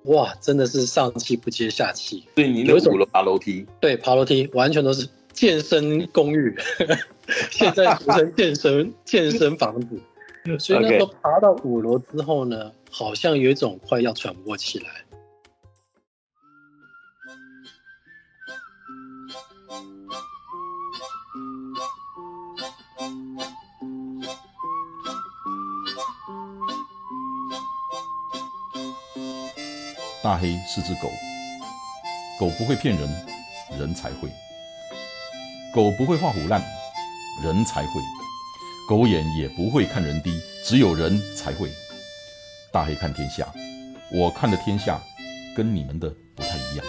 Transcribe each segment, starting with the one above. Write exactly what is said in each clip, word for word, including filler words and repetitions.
哇，真的是上气不接下气。 所以你那五楼爬楼梯？ 对，爬楼梯完全都是健身公寓，现在俗称健身健身房子。所以那时候爬到五楼之后呢，好像有一种快要喘不过气来。 大黑是只狗，狗不会骗人，人才会；狗不会画虎烂，人才会；狗眼也不会看人低，只有人才会。大黑看天下，我看的天下跟你们的不太一样。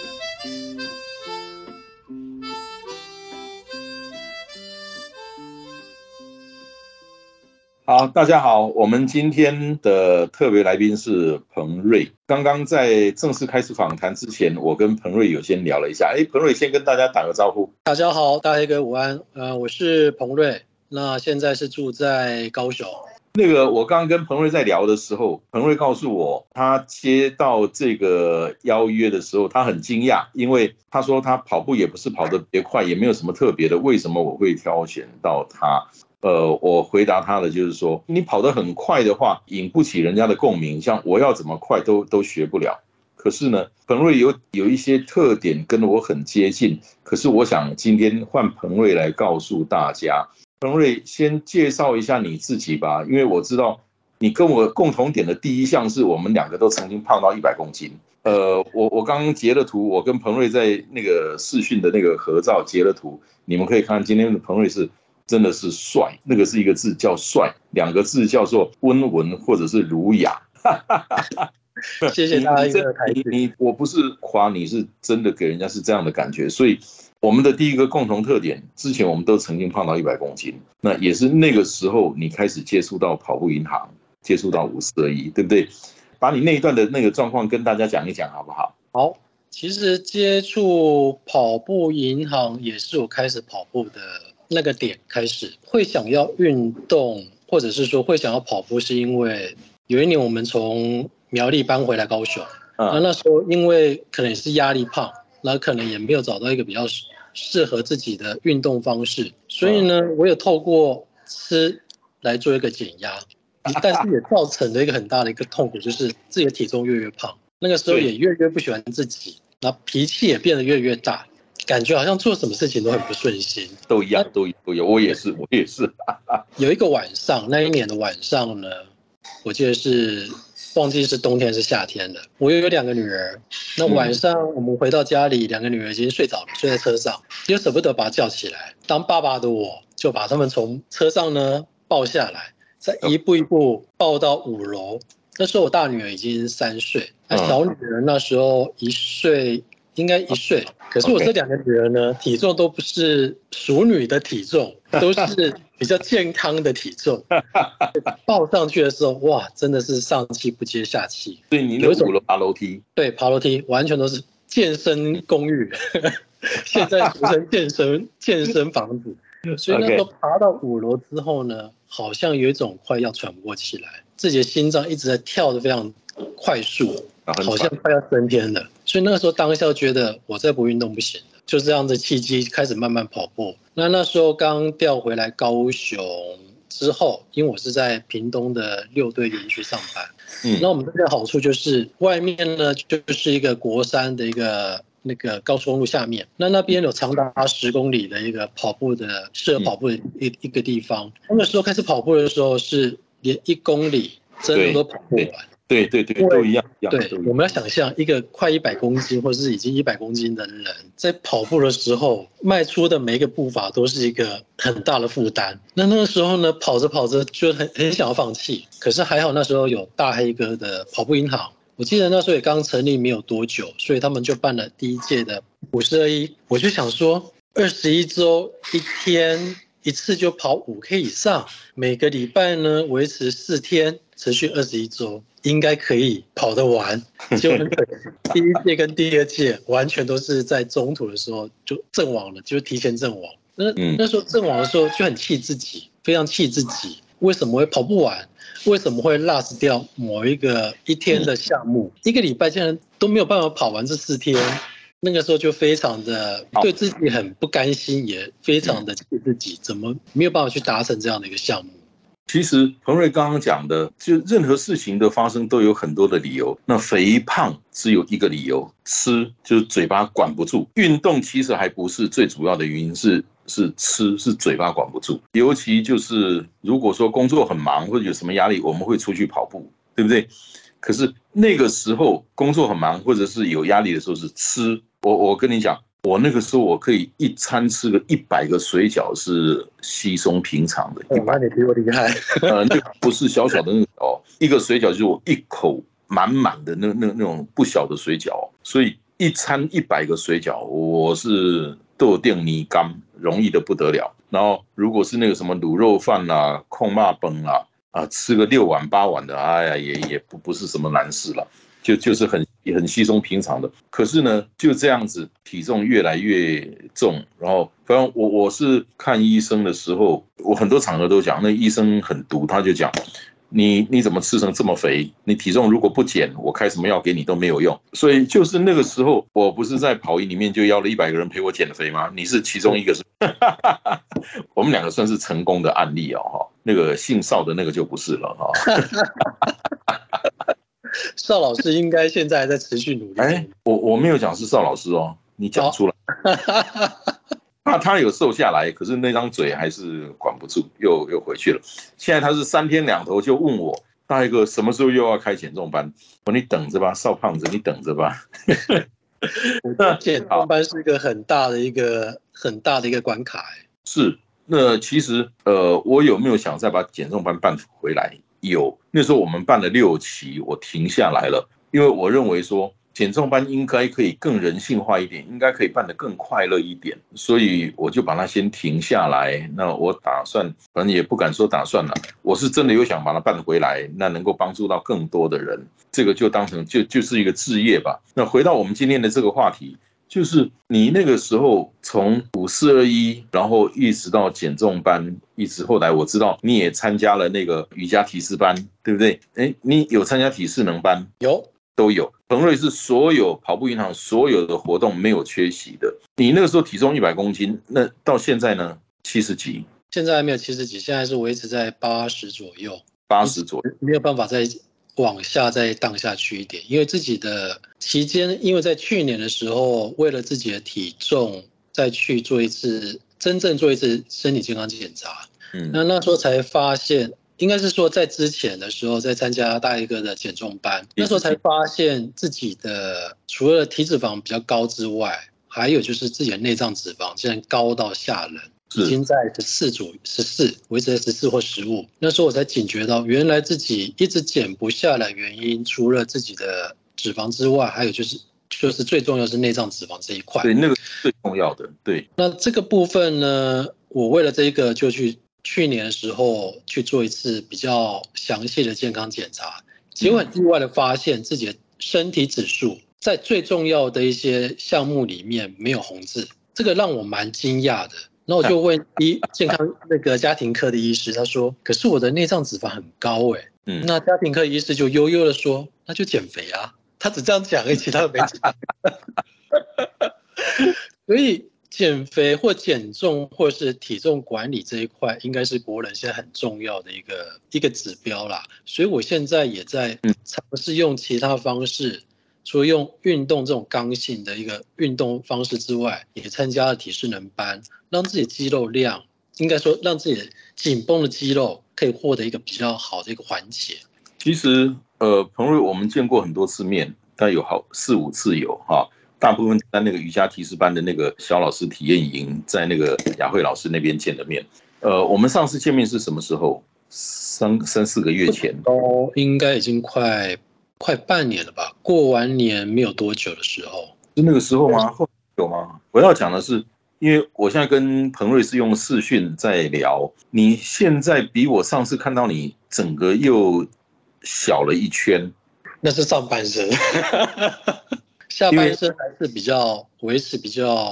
好，大家好，我们今天的特别来宾是彭瑞。刚刚在正式开始访谈之前，我跟彭瑞有先聊了一下。哎，彭瑞先跟大家打个招呼。 大家好，大黑哥午安。呃，我是彭瑞，那现在是住在高雄。 那个，我刚刚跟彭瑞在聊的时候，彭瑞告诉我，他接到这个邀约的时候，他很惊讶，因为他说他跑步也不是跑得别快，也没有什么特别的，为什么我会挑选到他？呃，我回答他的就是说，你跑得很快的话，引不起人家的共鸣，像我要怎么快都都学不了。可是呢，彭瑞有有一些特点跟我很接近，可是我想今天换彭瑞来告诉大家。彭瑞，先介绍一下你自己吧，因为我知道你跟我共同点的第一项是我们两个都曾经胖到一百公斤。呃，我我刚刚截了图，我跟彭瑞在那个视讯的那个合照截了图，你们可以看今天的彭瑞是真的是帅，那个是一个字叫帅，两个字叫做温文或者是儒雅。 谢谢大家一个台词。 你我不是夸你，是真的给人家是这样的感觉，所以。我们的第一个共同特点，之前我们都曾经胖到一百公斤，那也是那个时候你开始接触到跑步银行，接触到五四二一，对不对？把你那一段的那个状况跟大家讲一讲好不好？ 好，其实接触跑步银行也是我开始跑步的那个点开始，会想要运动，或者是说会想要跑步，是因为有一年我们从苗栗搬回来高雄，嗯、那那时候因为可能也是压力胖。那可能也没有找到一个比较适合自己的运动方式，所以呢，我有透过吃来做一个减压，但是也造成了一个很大的一个痛苦，就是自己的体重越来越胖，那个时候也越来越不喜欢自己，然后脾气也变得越来越大，感觉好像做什么事情都很不顺心。 都一样，都有，我也是，我也是。 有一个晚上，那一年的晚上呢，我记得是。忘记是冬天是夏天的，我又有两个女儿，那晚上我们回到家里，两个女儿已经睡着了，睡在车上，又舍不得把她叫起来。当爸爸的我就把她们从车上呢抱下来，再一步一步抱到五楼。那时候我大女儿已经三岁，那小女儿那时候一岁，应该一岁。可是我这两个女儿呢，体重都不是淑女的体重，都是比较健康的体重。抱上去的时候，哇，真的是上气不接下气。 对，你那五楼爬楼梯？ 对，爬楼梯完全都是健身公寓，现在俗称健身健身房子。所以那时候爬到五楼之后呢，好像有一种快要喘不过气来，自己的心脏一直在跳得非常快速。好像快要升天了，所以那个时候当下觉得我再不运动不行了，就这样的契机开始慢慢跑步。那那时候刚调回来高雄之后，因为我是在屏东的六队园区上班，嗯，那我们这边的好处就是外面呢就是一个国三的一个那个高速公路下面，那那边有长达十公里的一个跑步的适合跑步的一一个地方。那个时候开始跑步的时候是连一公里真的都跑不完。 对对对，都一样。 对，我们要想象一个快一百公斤或是已经一百公斤的人，在跑步的时候迈出的每一个步伐都是一个很大的负担。那那个时候呢，跑着跑着就很很想要放弃，可是还好那时候有大黑哥的跑步银行，我记得那时候也刚成立没有多久，所以他们就办了第一届的五四二一。我就想说，二十一周一天一次就跑五 K 以上，每个礼拜呢维持四天，持续二十一周。应该可以跑得完，结果很可惜，第一届跟第二届完全都是在中途的时候就阵亡了，就提前阵亡。那那时候阵亡的时候就很气自己，非常气自己，为什么会跑不完？ 为什么会 lost 掉某一个一天的项目，一个礼拜竟然都没有办法跑完这四天。那个时候就非常的对自己很不甘心，也非常的气自己怎么没有办法去达成这样的一个项目。 其实彭瑞刚刚讲的，就任何事情的发生都有很多的理由。那肥胖只有一个理由，吃就是嘴巴管不住。运动其实还不是最主要的原因，是是吃是嘴巴管不住。尤其就是如果说工作很忙或者有什么压力，我们会出去跑步，对不对？可是那个时候工作很忙或者是有压力的时候是吃，我我跟你讲，我那个时候我可以一餐吃个一百个水饺是稀松平常的。 哦，那你比我厉害。 呃，那不是小小的那个哦，一个水饺就是我一口满满的那那那种不小的水饺，所以一餐一百个水饺，我是豆定泥干，容易的不得了。然后如果是那个什么卤肉饭啦、控骂崩啦。啊，吃个六碗八碗的，哎呀，也也不不是什么难事了，就就是很很稀松平常的。可是呢，就这样子，体重越来越重，然后反正我我是看医生的时候，我很多场合都讲，那医生很毒，他就讲，你你怎么吃成这么肥？你体重如果不减，我开什么药给你都没有用。所以就是那个时候，我不是在跑营里面就邀了一百个人陪我减肥吗？你是其中一个是，我们两个算是成功的案例哦，哈。那个姓邵的那个就不是了哈。 邵老师应该现在还在持续努力。 哎，我我没有讲是邵老师哦，你讲出来。那他有瘦下来，可是那张嘴还是管不住，又又回去了。现在他是三天两头就问我，大一个什么时候又要开减重班？我说你等着吧，邵胖子，你等着吧。 减重班是一个很大的一个很大的一个关卡。 是。那其实，呃，我有没有想再把减重班办回来？有，那时候我们办了六期，我停下来了，因为我认为说减重班应该可以更人性化一点，应该可以办得更快乐一点，所以我就把它先停下来。那我打算，反正也不敢说打算了，我是真的有想把它办回来，那能够帮助到更多的人，这个就当成就就是一个志业吧。那回到我们今天的这个话题。就是你那个时候从五四二一，然后一直到减重班，一直后来我知道你也参加了那个瑜伽体适班，对不对？哎，你有参加体适能班？ 有， 都有。彭瑞是所有跑步银行所有的活动没有缺席的。你那个时候体重一百公斤，那到现在呢？七十几？ 现在还没有七十几，现在是维持在八十左右。 八十左右， 没有办法再往下再荡下去一点，因为自己的期间，因为在去年的时候，为了自己的体重再去做一次真正做一次身体健康检查，嗯，那那时候才发现，应该是说在之前的时候，在参加大一个的减重班，那时候才发现自己的除了体脂肪比较高之外，还有就是自己的内脏脂肪竟然高到吓人。已经在十四左十四，维持在十四或十五。那时候我才警觉到，原来自己一直减不下来，原因除了自己的脂肪之外，还有就是就是最重要是内脏脂肪这一块。 对，那个最重要的。对。 那这个部分呢，我为了这个就去去年的时候去做一次比较详细的健康检查，结果很意外的发现自己的身体指数在最重要的一些项目里面没有红字，这个让我蛮惊讶的。那我就问医健康那个家庭科的医师，他说：“可是我的内脏脂肪很高哎。”嗯，那家庭科医师就悠悠的说：“那就减肥啊。”他只这样讲，其他都没讲。所以减肥或减重或是体重管理这一块，应该是国人现在很重要的一个一个指标啦。所以我现在也在尝试用其他方式。除了用运动这种刚性的一个运动方式之外，也参加了体适能班，让自己的肌肉量，应该说让自己紧绷的肌肉可以获得一个比较好的一个缓解。 其实，呃，彭瑞我们见过很多次面，但有好四五次有哈，大部分在那个瑜伽体适班的那个小老师体验营，在那个雅慧老师那边见的面。呃，我们上次见面是什么时候？三三四个月前， 都应该已经快。快半年了吧，过完年没有多久的时候， 是那个时候吗？后有吗？我要讲的是，因为我现在跟彭瑞是用视讯在聊，你现在比我上次看到你整个又小了一圈， 那是上半身，下半身还是比较维持比较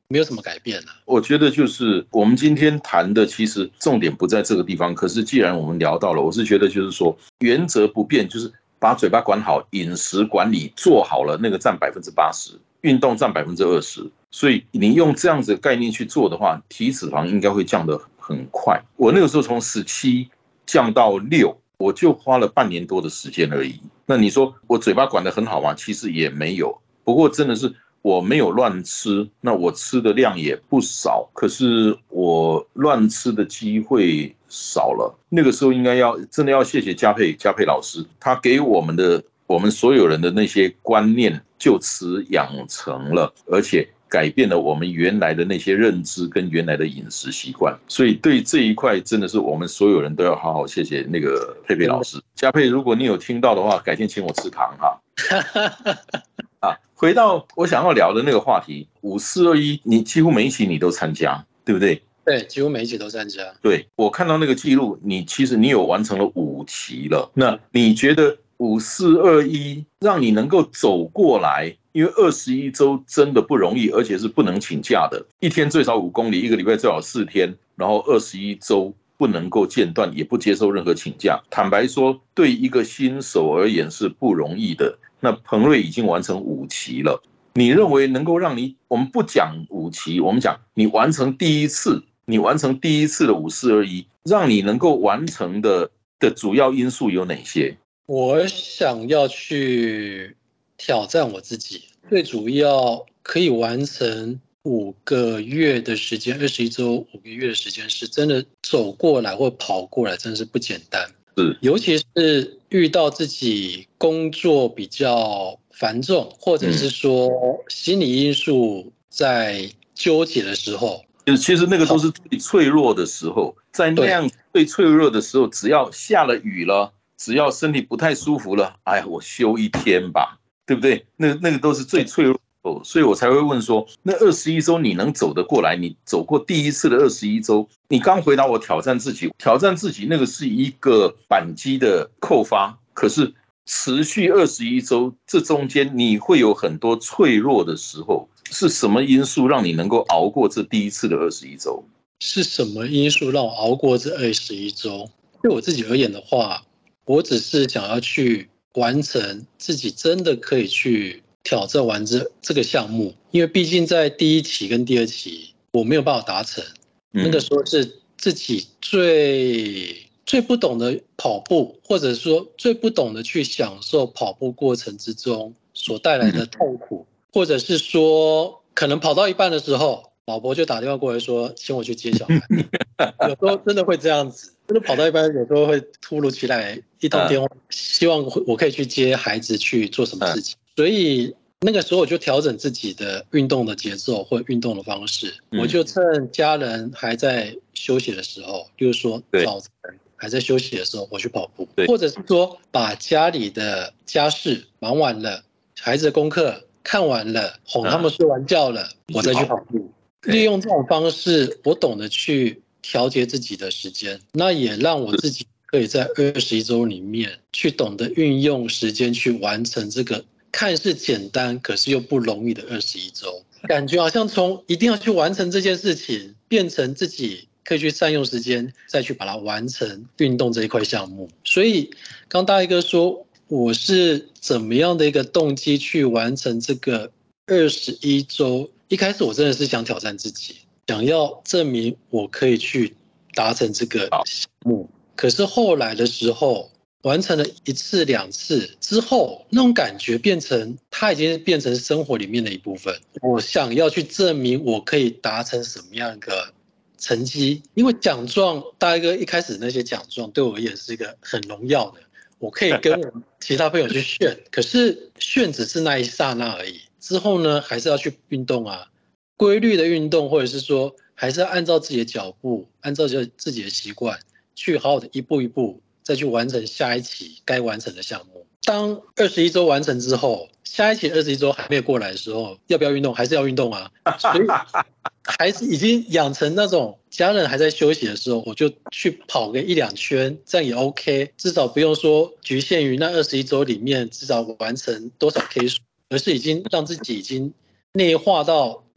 没有什么改变啊。 我觉得就是我们今天谈的，其实重点不在这个地方。可是既然我们聊到了，我是觉得就是说，原则不变，就是把嘴巴管好，饮食管理做好了，那个占百分之八十，运动占百分之二十。所以你用这样子的概念去做的话，体脂肪应该会降得很快。我那个时候从十七降到六，我就花了半年多的时间而已。那你说我嘴巴管得很好吗？其实也没有。不过真的是我没有乱吃，那我吃的量也不少，可是我乱吃的机会少了。那个时候应该要真的要谢谢嘉佩嘉佩老师，他给我们的我们所有人的那些观念就此养成了，而且改变了我们原来的那些认知跟原来的饮食习惯。所以对这一块真的是我们所有人都要好好谢谢那个佩佩老师。嘉佩，如果你有听到的话，改天请我吃糖哈。啊，回到我想要聊的那个话题，五四二一，你几乎每一期你都参加，对不对？ 对，几乎每一期都参加。 对，我看到那个记录，你其实你有完成了五期了。那你觉得五四二一让你能够走过来？因为二十一周真的不容易，而且是不能请假的，一天最少五公里，一个礼拜最少四天，然后二十一周不能够间断，也不接受任何请假。坦白说，对一个新手而言是不容易的。那彭瑞已经完成五期了，你认为能够让你，我们不讲五期，我们讲你完成第一次，你完成第一次的五四二一，让你能够完成的的主要因素有哪些？ 我想要去挑战我自己，最主要可以完成五个月的时间，二十一周五个月的时间，是真的走过来或跑过来，真的是不简单。 是， 尤其是遇到自己工作比较繁重，或者是说心理因素在纠结的时候， 其实那个都是最脆弱的时候，在那样最脆弱的时候，只要下了雨了，只要身体不太舒服了，哎呀，我休一天吧，对不对？那那个都是最脆弱的时候，所以我才会问说，那二十一周你能走得过来？你走过第一次的二十一周，你刚回答我挑战自己，挑战自己那个是一个扳机的扣发，可是持续二十一周，这中间你会有很多脆弱的时候，是什么因素让你能够熬过这第一次的二十一周？ 是什么因素让我熬过这二十一周？对我自己而言的话，我只是想要去完成自己真的可以去挑战完这这个项目，因为毕竟在第一期跟第二期我没有办法达成， 嗯、 那个时候是自己最最不懂得跑步，或者说最不懂得去享受跑步过程之中所带来的痛苦，嗯、或者是说可能跑到一半的时候，老婆就打电话过来说请我去接小孩，有时候真的会这样子。真的跑到一半，有时候会突如其来一通电话，希望我可以去接孩子去做什么事情。所以那个时候我就调整自己的运动的节奏或运动的方式，我就趁家人还在休息的时候，例如说早晨还在休息的时候，我去跑步，或者是说把家里的家事忙完了，孩子的功课看完了，哄他们睡完觉了，我再去跑步。利用这种方式，我懂得去调节自己的时间，那也让我自己可以在二十一周里面去懂得运用时间去完成这个看似简单可是又不容易的二十一周。感觉好像从一定要去完成这件事情，变成自己可以去善用时间再去把它完成运动这一块项目。所以刚大一哥说我是怎么样的一个动机去完成这个二十一周，一开始我真的是想挑战自己，想要证明我可以去达成这个项目。可是后来的时候，完成了一次两次之后，那种感觉变成它已经变成生活里面的一部分。我想要去证明我可以达成什么样的成绩，因为奖状，大哥一开始那些奖状对我而言是一个很荣耀的，我可以跟我其他朋友去炫，可是炫只是那一刹那而已。之后呢，还是要去运动啊，规律的运动，或者是说还是要按照自己的脚步，按照自己的习惯去好好的一步一步再去完成下一期该完成的项目。当二十一周完成之后，下一期二十一周还没有过来的时候，要不要运动？还是要运动啊。所以还是已经养成那种家人还在休息的时候，我就去跑个一两圈，这样也 OK， 至少不用说局限于那二十一周里面至少完成多少 K 数，而是已经让自己已经内化到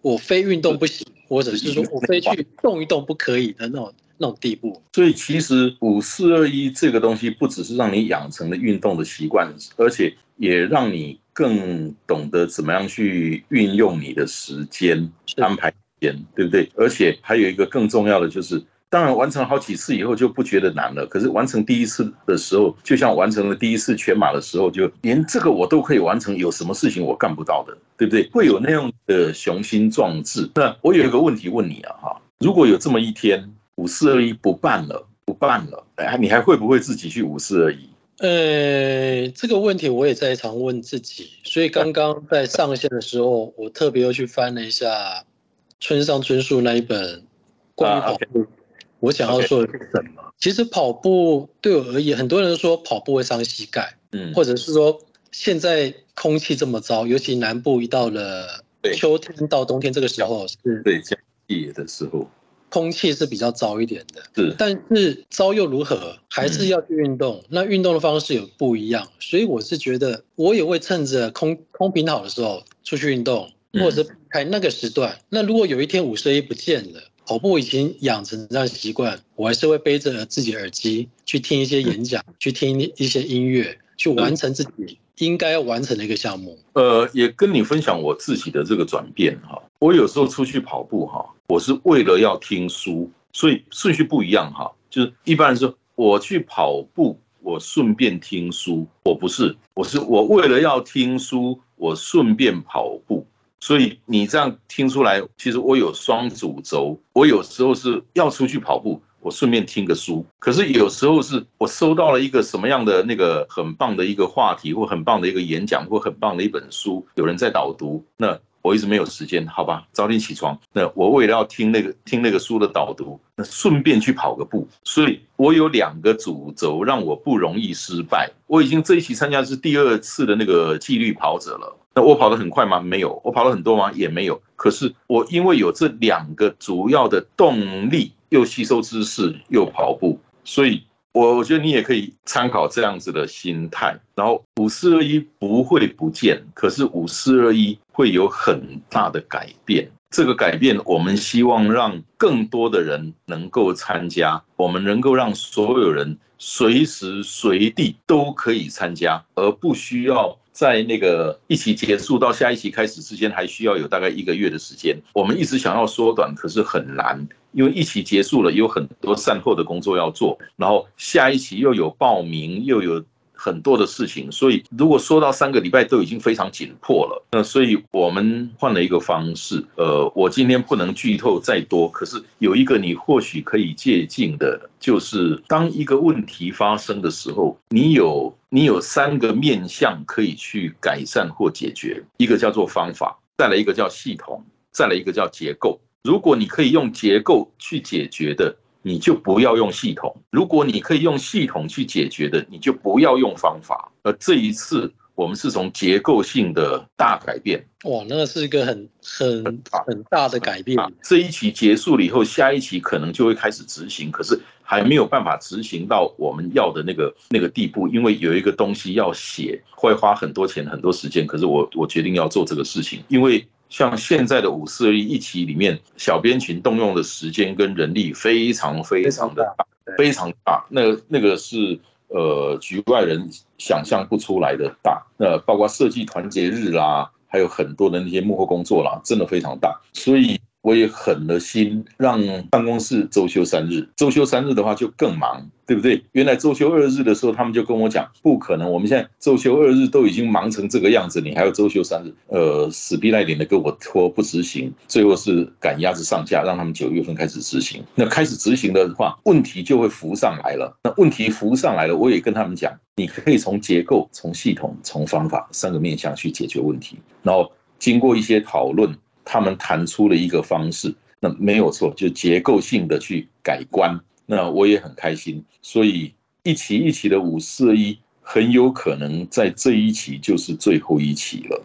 我非运动不行，或者是说我非去动一动不可以的那种那种地步。 所以其实五四二一这个东西不只是让你养成了运动的习惯，而且也让你更懂得怎么样去运用你的时间，安排时间，对不对？而且还有一个更重要的就是，当然完成好几次以后就不觉得难了，可是完成第一次的时候，就像完成了第一次全马的时候，就连这个我都可以完成，有什么事情我干不到的，对不对？会有那样的雄心壮志。那我有一个问题问你啊，哈，如果有这么一天五四二一不办了，不办了，哎，你还会不会自己去五四二一？ 呃，这个问题我也在常问自己，所以刚刚在上线的时候，我特别又去翻了一下村上春树那一本关于跑步。Uh, okay. 我想要说的是什么？ Okay. 其实跑步对我而言，很多人说跑步会伤膝盖，嗯，或者是说现在空气这么糟，尤其南部一到了秋天到冬天这个时候是对降季的时候， 空气是比较糟一点的。 是， 但是糟又如何？还是要去运动。嗯、那运动的方式有不一样，所以我是觉得我也会趁着空空瓶好的时候出去运动，或者是开那个时段。嗯、那如果有一天五四二一不见了，跑步已经养成这样习惯，我还是会背着自己耳机去听一些演讲，嗯、去听一些音乐，去完成自己应该要完成的一个项目。 呃，也跟你分享我自己的这个转变哈。我有时候出去跑步哈，我是为了要听书，所以顺序不一样哈。就是一般人说我去跑步，我顺便听书，我不是，我是我为了要听书，我顺便跑步。所以你这样听出来，其实我有双主轴。我有时候是要出去跑步，我顺便听个书。可是有时候是我收到了一个什么样的那个很棒的一个话题，或很棒的一个演讲，或很棒的一本书，有人在导读，那我一直没有时间，好吧，早点起床。那我为了要听那个听那个书的导读，那顺便去跑个步。所以我有两个主轴，让我不容易失败。我已经这一期参加的是第二次的那个纪律跑者了。那我跑得很快吗？没有。我跑得很多吗？也没有。可是我因为有这两个主要的动力，又吸收知识，又跑步，所以我觉得你也可以参考这样子的心态。然后五四二一不会不见，可是五四二一会有很大的改变。这个改变，我们希望让更多的人能够参加，我们能够让所有人随时随地都可以参加，而不需要在那个一期结束到下一期开始之间还需要有大概一个月的时间。我们一直想要缩短，可是很难，因为一期结束了有很多善后的工作要做，然后下一期又有报名，又有很多的事情，所以如果说到三个礼拜都已经非常紧迫了。那所以我们换了一个方式，呃，我今天不能剧透再多，可是有一个你或许可以借鉴的，就是当一个问题发生的时候，你有你有三个面向可以去改善或解决，一个叫做方法，再来一个叫系统，再来一个叫结构。如果你可以用结构去解决的，你就不要用系统；如果你可以用系统去解决的，你就不要用方法。而这一次我们是从结构性的大改变。 哇，那是一个很很很大的改变。 这一期结束了以后，下一期可能就会开始执行，可是还没有办法执行到我们要的那个那个地步，因为有一个东西要写，会花很多钱很多时间。可是我我决定要做这个事情，因为像现在的五四二一一期里面，小编群动用的时间跟人力非常非常的大，非常大。那那个是呃局外人想象不出来的大。那包括设计团结日啦，还有很多的那些幕后工作啦，真的非常大。所以我也狠了心让办公室周休三日，周休三日的话就更忙，对不对？原来周休二日的时候，他们就跟我讲不可能，我们现在周休二日都已经忙成这个样子，你还要周休三日，呃，死皮赖脸的跟我拖不执行，最后是赶鸭子上架，让他们九月份开始执行。那开始执行的话，问题就会浮上来了。那问题浮上来了，我也跟他们讲，你可以从结构、从系统、从方法三个面向去解决问题，然后经过一些讨论。他们谈出了一个方式，那没有错，就结构性的去改观。那我也很开心，所以一期一期的五四二一很有可能在这一期就是最后一期了。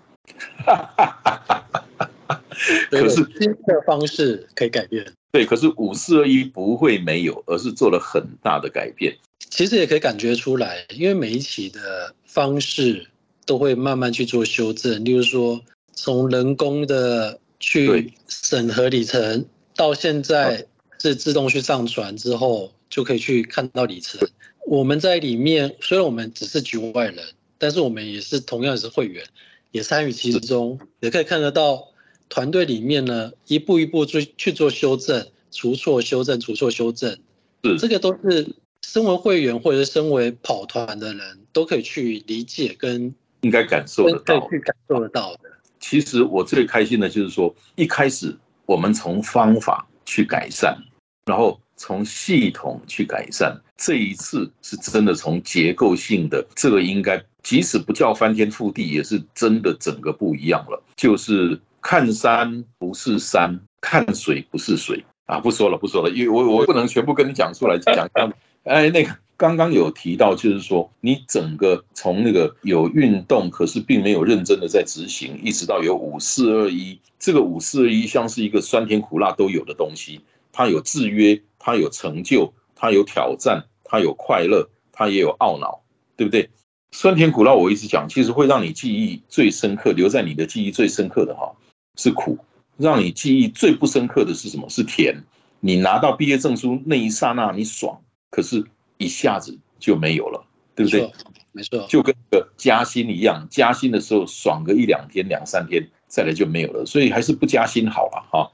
可是新的方式可以改变， 对，可是五四二一不会没有，而是做了很大的改变。 其实也可以感觉出来，因为每一期的方式都会慢慢去做修正，例如说从人工的去审核里程，到现在是自动去上传之后就可以去看到里程。我们在里面虽然我们只是局外人，但是我们也是同样也是会员，也参与其中，也可以看得到团队里面呢一步一步去去做修正、除错、修正、除错、修正。这个都是身为会员或者是身为跑团的人都可以去理解跟应该感受得到， 去感受得到的。 其实我最开心的就是说，一开始我们从方法去改善，然后从系统去改善，这一次是真的从结构性的，这个应该即使不叫翻天覆地，也是真的整个不一样了。就是看山不是山，看水不是水啊！不说了，不说了，因为我我不能全部跟你讲出来讲。哎，那个刚刚有提到，就是说你整个从那个有运动，可是并没有认真的在执行，一直到有五四二一，这个五四二一像是一个酸甜苦辣都有的东西。它有制约，它有成就，它有挑战，它有快乐，它也有懊恼，对不对？酸甜苦辣我一直讲，其实会让你记忆最深刻，留在你的记忆最深刻的哈是苦，让你记忆最不深刻的是什么？是甜。你拿到毕业证书那一刹那你爽，可是一下子就没有了，对不对？ 没错， 就跟个加薪一样，加薪的时候爽个一两天、两三天，再来就没有了，所以还是不加薪好了哈。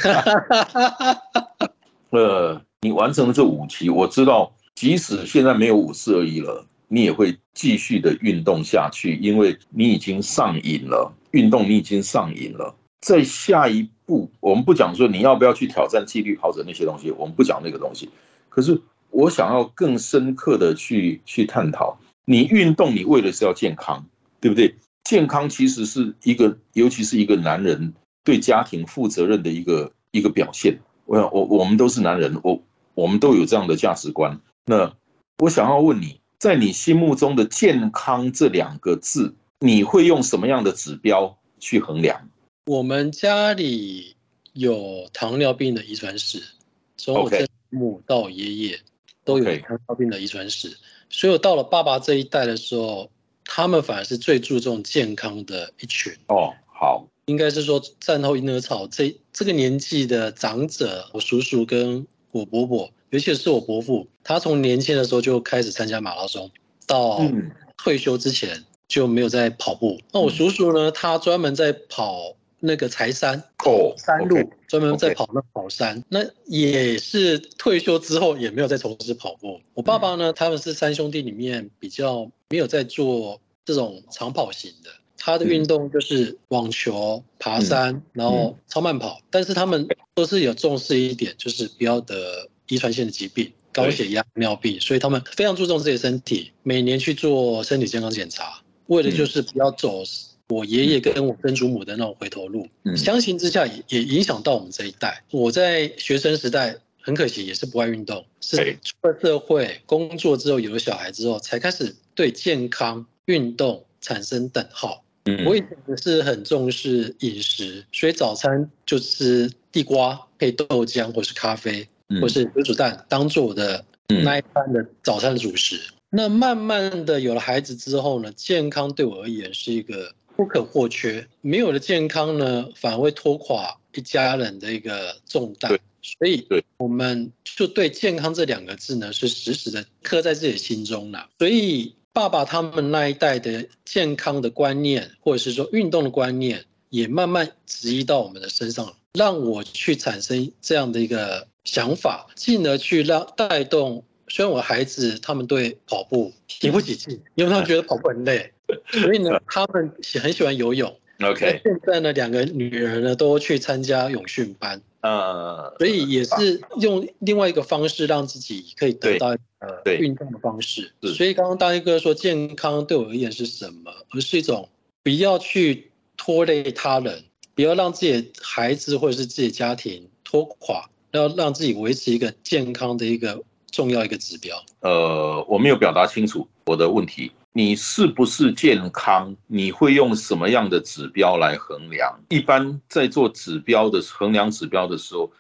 呃，你完成了这五期，我知道，即使现在没有五四二一了，你也会继续的运动下去，因为你已经上瘾了，运动你已经上瘾了。在下一步，我们不讲说你要不要去挑战纪律跑者那些东西，我们不讲那个东西。可是我想要更深刻的去去探讨，你运动你为的是要健康，对不对？健康其实是一个，尤其是一个男人对家庭负责任的一个一个表现。我我我们都是男人，我我们都有这样的价值观。那我想要问你，在你心目中的健康这两个字，你会用什么样的指标去衡量？ 我们家里有糖尿病的遗传史，从我父母到我爷爷都有糖尿病的遗传史，所以我到了爸爸这一代的时候，他们反而是最注重健康的一群。 哦，好。 应该是说战后婴儿潮这这个年纪的长者，我叔叔跟我伯伯，尤其是我伯父，他从年轻的时候就开始参加马拉松，到退休之前就没有在跑步。那我叔叔呢，他专门在跑那个柴山哦山路，专门在跑那跑山，那也是退休之后也没有再从事跑步。我爸爸呢，他们是三兄弟里面比较没有在做这种长跑型的。他的运动就是网球、爬山，嗯、然后超慢跑，嗯、但是他们都是有重视一点，就是不要得遗传性的疾病，高血压、尿病，所以他们非常注重自己的身体，每年去做身体健康检查，为的就是不要走我爷爷跟我曾祖母的那种回头路。嗯、相形之下也，也影响到我们这一代。我在学生时代很可惜也是不爱运动，是出了社会工作之后，有了小孩之后，才开始对健康运动产生等号。我以前是很重视饮食，所以早餐就吃地瓜配豆浆或是咖啡，嗯、或是水煮蛋当做我的那一餐的早餐的主食。嗯、那慢慢的有了孩子之后呢，健康对我而言是一个不可或缺，没有了健康呢，反而会拖垮一家人的一个重担。所以我们就对健康这两个字呢，是时时的刻在自己心中了。所以爸爸他们那一代的健康的观念，或者是说运动的观念，也慢慢植入到我们的身上，让我去产生这样的一个想法，进而去让带动。虽然我孩子他们对跑步提不起劲，因为他们觉得跑步很累，所以呢，他们很喜欢游泳。 OK， 现在呢，两个女儿呢都去参加泳训班。呃，所以也是用另外一个方式让自己可以得到呃运动的方式。所以刚刚大一哥说健康对我而言是什么，而是一种不要去拖累他人，不要让自己的孩子或者是自己的家庭拖垮，要让自己维持一个健康的一个重要一个指标。 呃，我没有表达清楚我的问题。你是不是健康？你会用什么样的指标来衡量？一般在做指标的衡量指标的时候，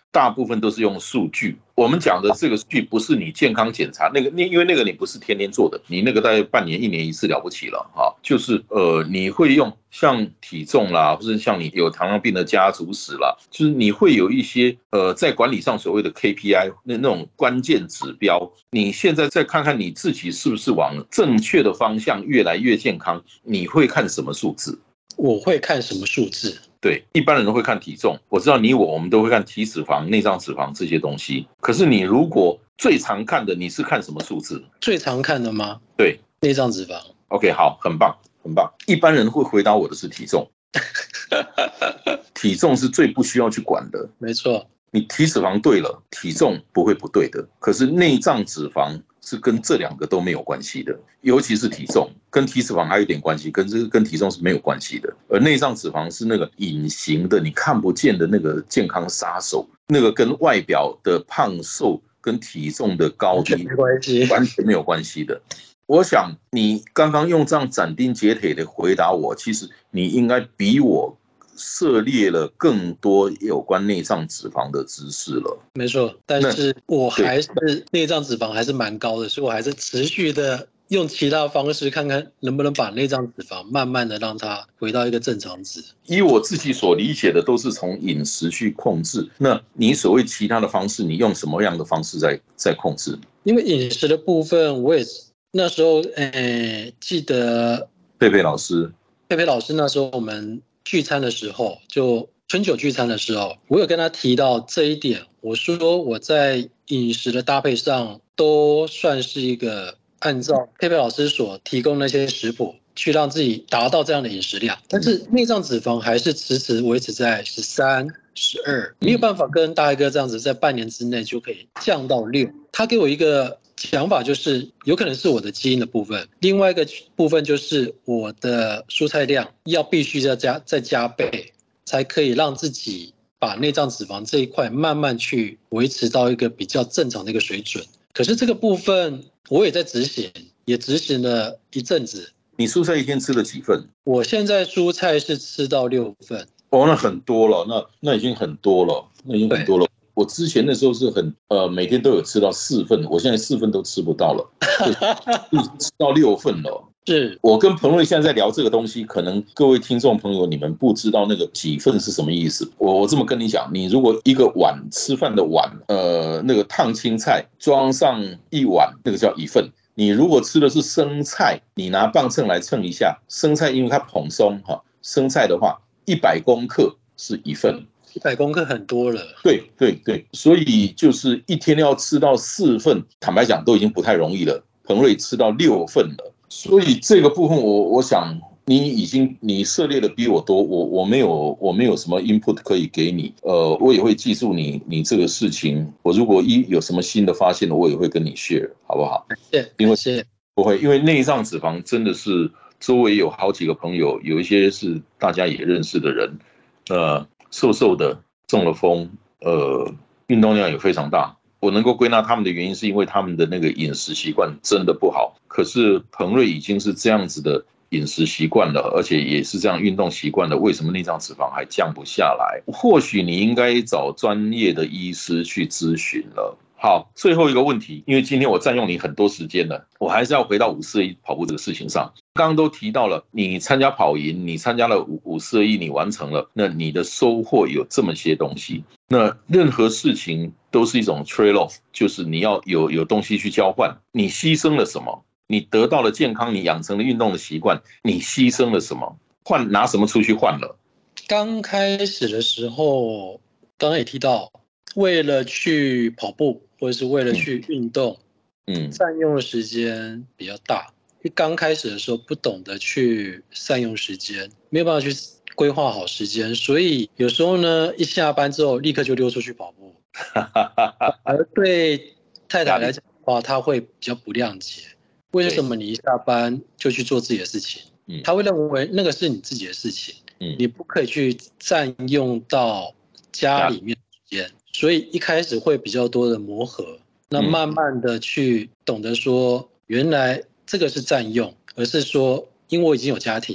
大部分都是用数据。我们讲的这个数据不是你健康检查那个，因为那个你不是天天做的，你那个大概半年一年一次了不起了哈。就是呃，你会用像体重啦，或者像你有糖尿病的家族史啦，就是你会有一些呃在管理上所谓的 K P I 那那种关键指标。你现在再看看你自己是不是往正确的方向越来越健康，你会看什么数字？ 我会看什么数字？ 对，一般人会看体重，我知道你我我们都会看体脂肪、内脏脂肪这些东西。可是你如果最常看的，你是看什么数字？ 最常看的吗？ 对， 内脏脂肪。 OK， 好，很棒，很棒。一般人会回答我的是体重，体重是最不需要去管的。 没错， 你体脂肪对了，体重不会不对的。可是内脏脂肪是跟这两个都没有关系的，尤其是体重，跟体脂肪还有一点关系，跟这个跟体重是没有关系的。而内脏脂肪是那个隐形的、你看不见的那个健康杀手，那个跟外表的胖瘦、跟体重的高低没关系， 完全没有关系的。我想你刚刚用这样斩钉截铁的回答我，其实你应该比我涉猎了更多有关内脏脂肪的知识了。 没错，但是我还是内脏脂肪还是蛮高的，所以我还是持续的用其他方式看看能不能把内脏脂肪慢慢的让它回到一个正常值。 以我自己所理解的，都是从饮食去控制。那你所谓其他的方式，你用什么样的方式在在控制？ 因为饮食的部分，我也那时候诶记得佩佩老师， 佩佩老师那时候我们聚餐的时候，就春酒聚餐的时候，我有跟他提到这一点。我说我在饮食的搭配上都算是一个按照佩佩老师所提供那些食谱去让自己达到这样的饮食量，但是内脏脂肪还是迟迟维持在十三、十二，没有办法跟大黑哥这样子在半年之内就可以降到六。他给我一个想法，就是有可能是我的基因的部分，另外一个部分就是我的蔬菜量要必须再加再加倍，才可以让自己把内脏脂肪这一块慢慢去维持到一个比较正常的一个水准。可是这个部分我也在执行，也执行了一阵子。 你蔬菜一天吃了几份？ 我现在蔬菜是吃到六份。哦， 那很多了，那那已经很多了，那已经很多了。我之前那时候是很呃每天都有吃到四份，我现在四份都吃不到了，吃到六份了。 是我跟彭瑞现在在聊这个东西，可能各位听众朋友你们不知道那个几份是什么意思。我我这么跟你讲，你如果一个碗吃饭的碗，呃，那个烫青菜装上一碗，那个叫一份。你如果吃的是生菜，你拿磅秤来称一下，生菜因为它蓬松哈，生菜的话一百公克是一份。 一百公克很多了， 对对对，所以就是一天要吃到四份，坦白讲都已经不太容易了。彭瑞吃到六份了，所以这个部分我我想你已经你涉猎的比我多，我我没有我没有什么 input 可以给你，呃，我也会记住你你这个事情，我如果一有什么新的发现，我也会跟你 share， 好不好？ 谢谢， 因为谢谢不会，因为内脏脂肪真的是周围有好几个朋友，有一些是大家也认识的人，呃。瘦瘦的，中了风，呃，运动量也非常大。我能够归纳他们的原因，是因为他们的那个饮食习惯真的不好。可是彭瑞已经是这样子的饮食习惯了，而且也是这样运动习惯了，为什么内脏脂肪还降不下来？或许你应该找专业的医师去咨询了。好，最后一个问题，因为今天我占用你很多时间了，我还是要回到五四一跑步这个事情上。刚刚都提到了，你参加跑营，你参加了五四一，你完成了，那你的收获有这么些东西。那任何事情都是一种 trade off， 就是你要有有东西去交换。你牺牲了什么？你得到了健康，你养成了运动的习惯，你牺牲了什么？换拿什么出去换了？ 刚开始的时候，刚刚也提到，为了去跑步或者是为了去运动，嗯，占用的时间比较大。刚开始的时候不懂得去善用时间，没有办法去规划好时间，所以有时候呢，一下班之后立刻就溜出去跑步。而对太太来讲的话，她会比较不谅解，为什么你一下班就去做自己的事情？她会认为那个是你自己的事情，你不可以去占用到家里面的时间，所以一开始会比较多的磨合。那慢慢的去懂得说，原来这个是占用，而是说因为我已经有家庭了，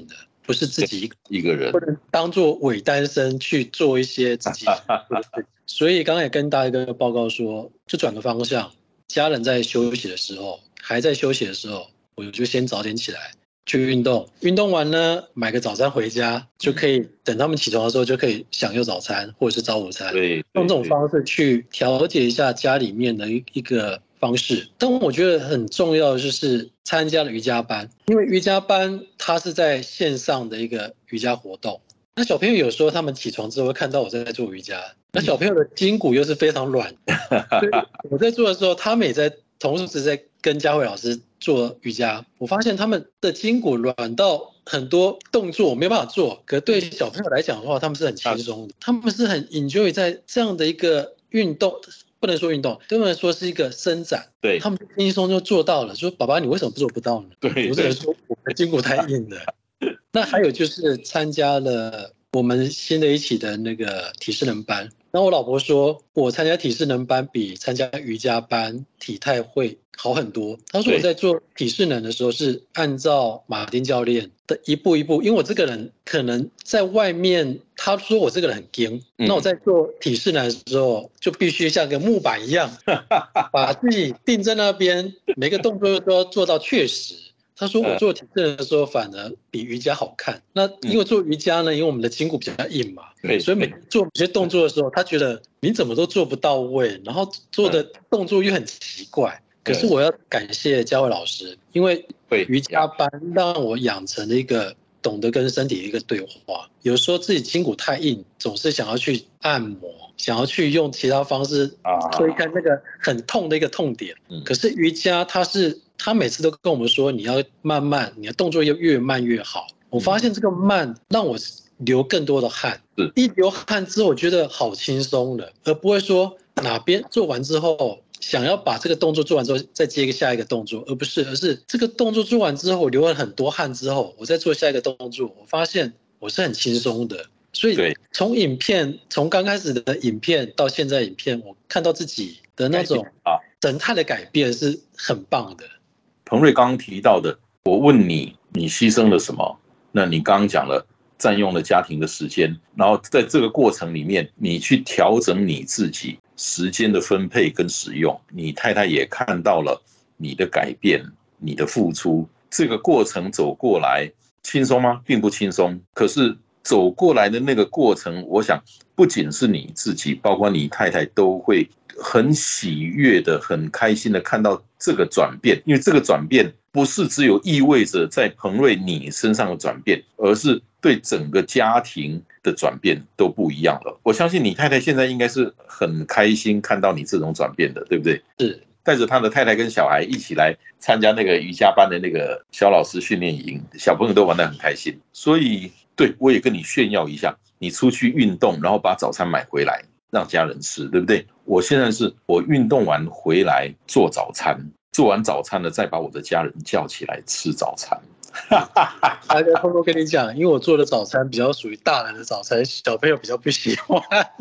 不是自己一个人， 不能当做伪单身去做一些自己所以刚刚也跟大家一个报告说，就转个方向，家人在休息的时候，还在休息的时候，我就先早点起来去运动，运动完呢，买个早餐回家，就可以等他们起床的时候就可以享用早餐或者是早午餐， 对， 用这种方式去调节一下家里面的一个方式。但我觉得很重要的就是参加了瑜伽班，因为瑜伽班它是在线上的一个瑜伽活动。那小朋友有时候他们起床之后会看到我在做瑜伽，那小朋友的筋骨又是非常软的，所以我在做的时候，他们也在同时在跟佳慧老师做瑜伽。我发现他们的筋骨软到很多动作我没办法做，可对小朋友来讲的话，他们是很轻松的，他们是很 enjoy 在这样的一个运动。不能说运动，对他们说是一个伸展， 对他们轻松就做到了。说爸爸，你为什么做不到呢？ 对， 我只能说我的筋骨太硬了。那还有就是参加了我们新的一期的那个体适能班，那我老婆说我参加体适能班比参加瑜伽班体态会好很多。她说我在做体适能的时候是按照马丁教练的一步一步，因为我这个人可能在外面，他说我这个人很硬、嗯、那我在做体适能的时候就必须像个木板一样把自己定在那边，每个动作都要做到确实。他说我做体适能的时候反而比瑜伽好看，那因为做瑜伽呢，因为我们的筋骨比较硬嘛，所以每做某些动作的时候他觉得你怎么都做不到位，然后做的动作又很奇怪。可是我要感谢佳慧老师，因为瑜伽班让我养成了一个懂得跟身体的一个对话。有时候自己筋骨太硬，总是想要去按摩，想要去用其他方式推开那个很痛的一个痛点。可是瑜伽它是他每次都跟我们说你要慢慢，你的动作要越慢越好。我发现这个慢让我流更多的汗，一流汗之后我觉得好轻松了，而不会说哪边做完之后想要把这个动作做完之后再接一个下一个动作，而不是而是这个动作做完之后我流了很多汗之后我再做下一个动作，我发现我是很轻松的。所以从影片从刚开始的影片到现在影片，我看到自己的那种神态的改变是很棒的。 彭瑞刚刚提到的，我问你你牺牲了什么，那你刚刚讲了占用了家庭的时间，然后在这个过程里面你去调整你自己时间的分配跟使用，你太太也看到了你的改变，你的付出，这个过程走过来轻松吗？并不轻松，可是走过来的那个过程，我想不仅是你自己，包括你太太都会很喜悦的很开心的看到这个转变，因为这个转变不是只有意味着在彭瑞你身上的转变，而是对整个家庭的转变都不一样了。我相信你太太现在应该是很开心看到你这种转变的，对不对？ 是带着他的太太跟小孩一起来参加那个瑜伽班的那个小老师训练营，小朋友都玩得很开心。所以对，我也跟你炫耀一下，你出去运动然后把早餐买回来让家人吃，对不对？我现在是我运动完回来做早餐，做完早餐了再把我的家人叫起来吃早餐。 大家偷偷跟你讲，因为我做的早餐比较属于大人的早餐，小朋友比较不喜欢。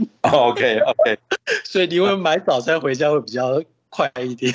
OK OK， 所以你会买早餐回家会比较快一点。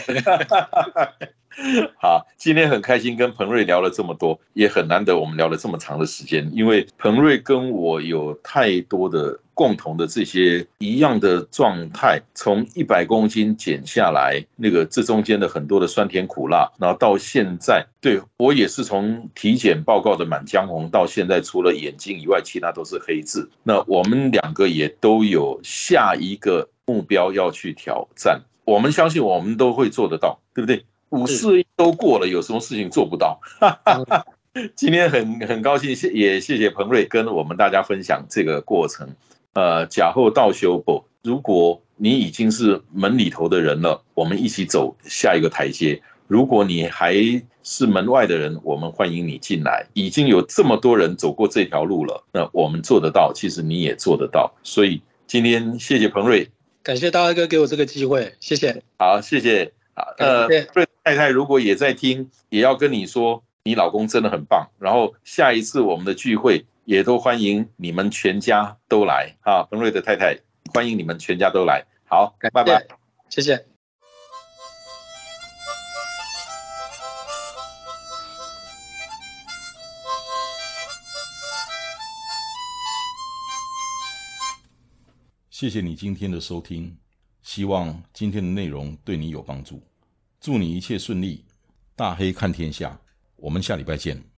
好，今天很开心跟彭瑞聊了这么多，也很难得我们聊了这么长的时间，因为彭瑞跟我有太多的共同的这些一样的状态，从一百公斤减下来，那个这中间的很多的酸甜苦辣，然后到现在，对，我也是从体检报告的满江红到现在除了眼睛以外其他都是黑字。那我们两个也都有下一个目标要去挑战，我们相信我们都会做得到，对不对？五四都过了，有什么事情做不到？今天很很高兴，也谢谢彭瑞跟我们大家分享这个过程。呃，假后到修补，如果你已经是门里头的人了，我们一起走下一个台阶。如果你还是门外的人，我们欢迎你进来。已经有这么多人走过这条路了，那我们做得到，其实你也做得到。所以今天谢谢彭瑞， 感谢大家哥给我这个机会，谢谢。 好，谢谢。呃，瑞太太如果也在听，也要跟你说，你老公真的很棒。然后下一次我们的聚会，也都欢迎你们全家都来啊！彭瑞的太太，欢迎你们全家都来。好，拜拜， 谢谢。 谢谢你今天的收听，希望今天的内容对你有帮助。祝你一切顺利，大黑看天下，我们下礼拜见。